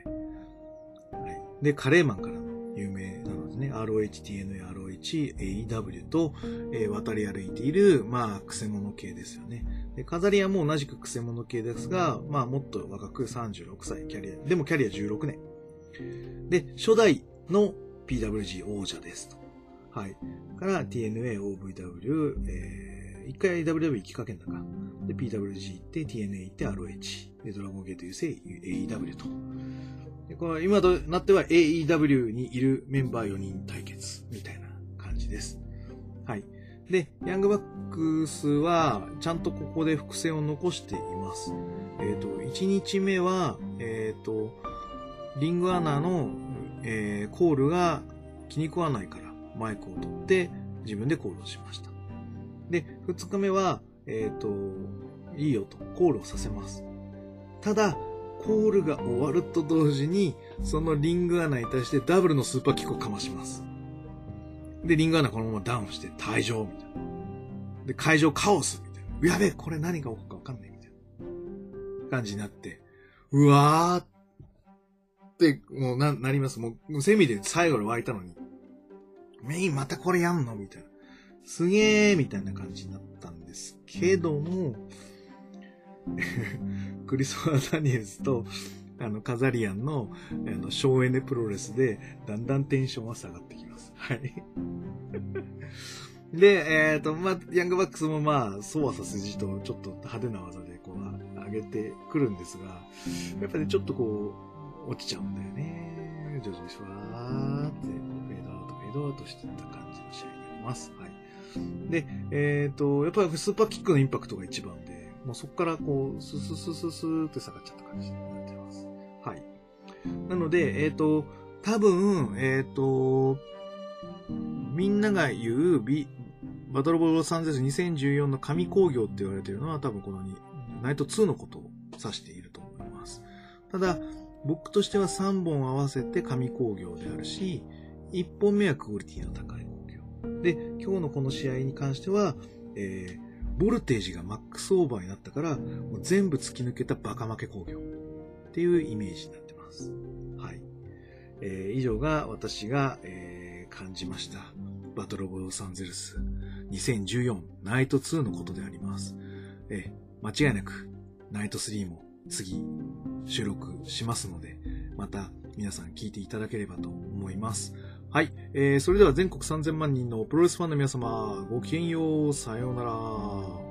はい、で、カレーマンからの有名なのですね。アールオーエイチ、ティーエヌエー、アールオーエイチ、エーイーダブリュー と、えー、渡り歩いている、まあ、クセモノ系ですよね。で、カザリアも同じくクセモノ系ですが、まあ、もっと若くさんじゅうろくさい、キャリア、でもキャリアじゅうろくねん。で、初代の ピーダブリュージー 王者ですと。はい。から ティーエヌエー、オーブイダブリュー、えー、一回 ダブリューダブリュー 行きかけんだか。で、ピーダブリュージー 行って、ティーエヌエー 行って アールオーエイチ。で、ドラゴンゲート優勢 エーイーダブリュー と。で、この今となっては エーイーダブリュー にいるメンバーよにん対決みたいな感じです。はい。で、ヤングバックスはちゃんとここで伏線を残しています。えっと、いちにちめは、えっと、リングアナの、えー、コールが気に食わないからマイクを取って自分でコールをしました。で、ふつかめは、えっと、いいよとコールをさせます。ただ、コールが終わると同時に、そのリングアナに対してダブルのスーパーキックをかまします。で、リングアナこのままダウンして退場みたいな。で、会場カオスみたいな。やべえ、これ何が起こるかわかんないみたいな感じになって、うわーって、もうな、なります。もう、セミで最後で湧いたのに、メインまたこれやんのみたいな。すげーみたいな感じになったんですけども、クリストファー・ダニエルズとあのカザリアンのあの省エネプロレスでだんだんテンションは下がってきます。はい。で、えっと、まあ、ヤングバックスもまあ、ソワサスジとちょっと派手な技でこう上げてくるんですが、やっぱりちょっとこう、落ちちゃうんだよね。徐々にふわーって、フェードアウト、フェードアウトしていった感じの試合になります。はい。で、えっと、やっぱりスーパーキックのインパクトが一番で、もうそこからこう、スススススーって下がっちゃった感じになってます。はい。なので、えっと、多分、えっと、みんなが言う、B、 バトルボールロサンゼルスにせんじゅうよんの神興行って言われているのは多分このナイトツーのことを指していると思います。ただ、僕としてはさんぼん合わせて神興行であるし、いっぽんめはクオリティの高い興行。で、今日のこの試合に関しては、えー、ボルテージがマックスオーバーになったから、もう全部突き抜けたバカ負け興行っていうイメージになってます。はい。えー、以上が私が、えー、感じました。バトルオブロサンゼルスにせんじゅうよんナイトツーのことであります。えー、間違いなくナイトスリーも次収録しますので、また皆さん聞いていただければと思います。はい、えー、それでは全国さんぜんまん人のプロレスファンの皆様、ごきげんよう、さようなら。